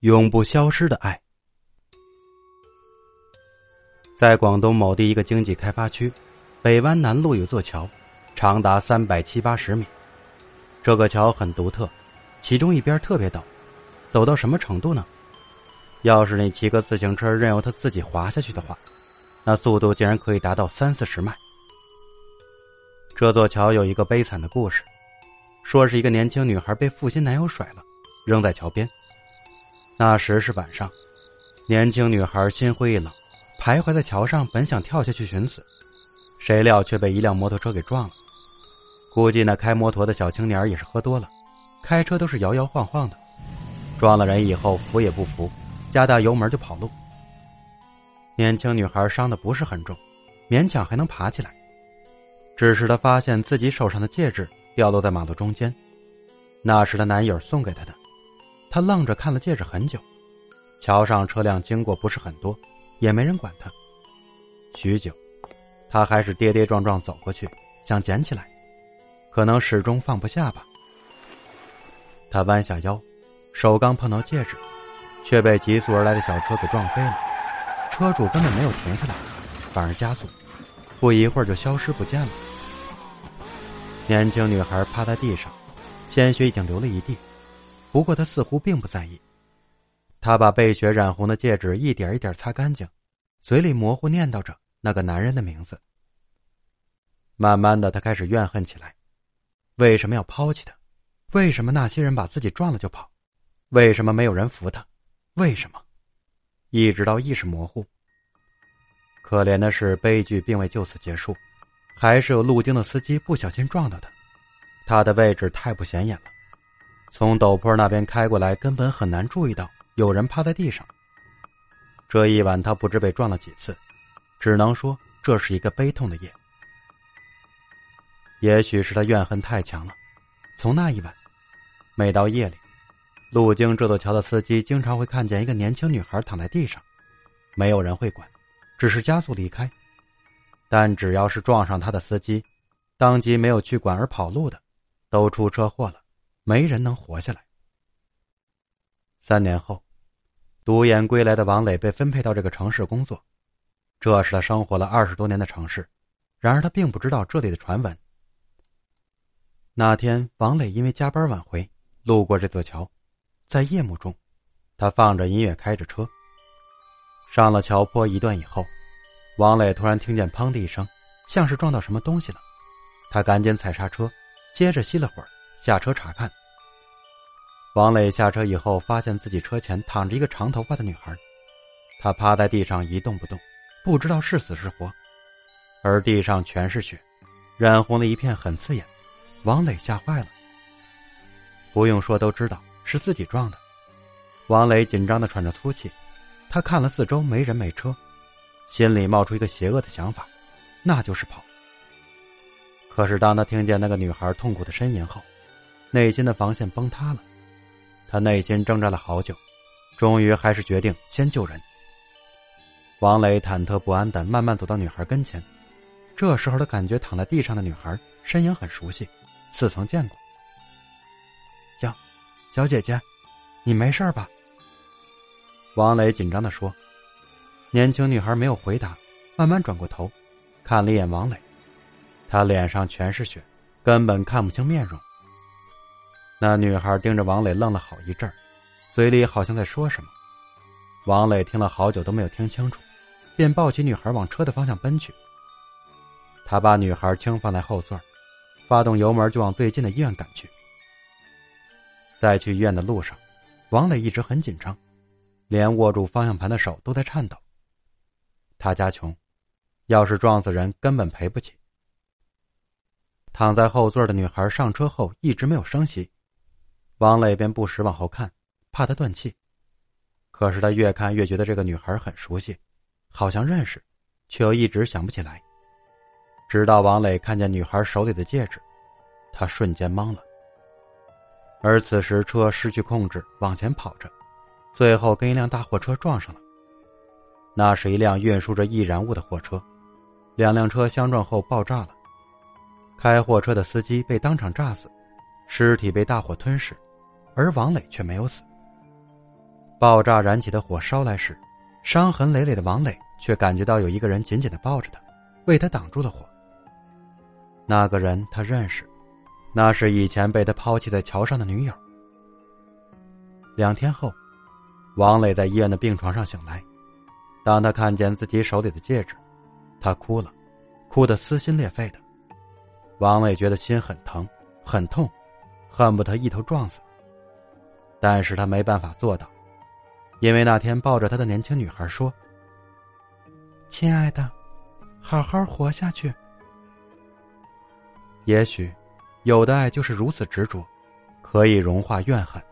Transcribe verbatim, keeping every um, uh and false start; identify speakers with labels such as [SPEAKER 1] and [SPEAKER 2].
[SPEAKER 1] 永不消失的爱。在广东某地一个经济开发区，北湾南路有座桥，长达三百七八十米。这个桥很独特，其中一边特别陡，陡到什么程度呢？要是你骑个自行车任由它自己滑下去的话，那速度竟然可以达到三四十迈。这座桥有一个悲惨的故事，说是一个年轻女孩被负心男友甩了，扔在桥边。那时是晚上，年轻女孩心灰意冷，徘徊在桥上，本想跳下去寻死，谁料却被一辆摩托车给撞了。估计那开摩托的小青年也是喝多了，开车都是摇摇晃晃的，撞了人以后扶也不扶，加大油门就跑路。年轻女孩伤得不是很重，勉强还能爬起来，只是她发现自己手上的戒指掉落在马路中间，那是她男友送给她的。她愣着看了戒指很久，桥上车辆经过不是很多，也没人管她。许久，她还是跌跌撞撞走过去，想捡起来，可能始终放不下吧。她弯下腰，手刚碰到戒指，却被急速而来的小车给撞飞了。车主根本没有停下来，反而加速，不一会儿就消失不见了。年轻女孩趴在地上，鲜血已经流了一地，不过她似乎并不在意。她把被血染红的戒指一点一点擦干净，嘴里模糊念叨着那个男人的名字。慢慢的，她开始怨恨起来，为什么要抛弃他？为什么那些人把自己撞了就跑？为什么没有人扶他？为什么？一直到意识模糊。可怜的是，悲剧并未就此结束，还是有路经的司机不小心撞到他。他的位置太不显眼了，从陡坡那边开过来，根本很难注意到有人趴在地上。这一晚他不知被撞了几次，只能说这是一个悲痛的夜。也许是他怨恨太强了，从那一晚，每到夜里，路经这座桥的司机经常会看见一个年轻女孩躺在地上，没有人会管，只是加速离开。但只要是撞上他的司机，当即没有去管而跑路的，都出车祸了，没人能活下来。三年后，独眼归来的王磊被分配到这个城市工作，这是他生活了二十多年的城市，然而他并不知道这里的传闻。那天，王磊因为加班晚回，路过这座桥，在夜幕中，他放着音乐开着车。上了桥坡一段以后，王磊突然听见砰的一声，像是撞到什么东西了。他赶紧踩刹车，接着熄了会儿，下车查看。王磊下车以后，发现自己车前躺着一个长头发的女孩，她趴在地上一动不动，不知道是死是活，而地上全是血，染红的一片很刺眼。王磊吓坏了，不用说都知道是自己撞的。王磊紧张地喘着粗气，他看了四周，没人没车，心里冒出一个邪恶的想法，那就是跑。可是当他听见那个女孩痛苦的呻吟后，内心的防线崩塌了。他内心挣扎了好久，终于还是决定先救人。王磊忐忑不安地慢慢走到女孩跟前，这时候他感觉躺在地上的女孩身影很熟悉，似曾见过。小小姐姐，你没事吧？王磊紧张地说。年轻女孩没有回答，慢慢转过头，看了一眼王磊，她脸上全是血，根本看不清面容。那女孩盯着王磊愣了好一阵儿，嘴里好像在说什么。王磊听了好久都没有听清楚，便抱起女孩往车的方向奔去。他把女孩轻放在后座，发动油门就往最近的医院赶去。在去医院的路上，王磊一直很紧张，连握住方向盘的手都在颤抖。他家穷，要是撞死人根本赔不起。躺在后座的女孩上车后一直没有声息，王磊便不时往后看，怕她断气。可是他越看越觉得这个女孩很熟悉，好像认识，却又一直想不起来。直到王磊看见女孩手里的戒指，他瞬间懵了。而此时车失去控制往前跑着，最后跟一辆大货车撞上了。那是一辆运输着易燃物的货车，两辆车相撞后爆炸了。开货车的司机被当场炸死，尸体被大火吞噬，而王磊却没有死。 爆炸燃起的火烧来时，伤痕累累的王磊却感觉到有一个人紧紧地抱着他，为他挡住了火。那个人他认识，那是以前被他抛弃在桥上的女友。两天后，王磊在医院的病床上醒来，当他看见自己手里的戒指，他哭了，哭得撕心裂肺的。王磊觉得心很疼很痛，恨不得一头撞死，但是他没办法做到，因为那天抱着他的年轻女孩说：亲爱的，好好活下去。也许有的爱就是如此执着，可以融化怨恨。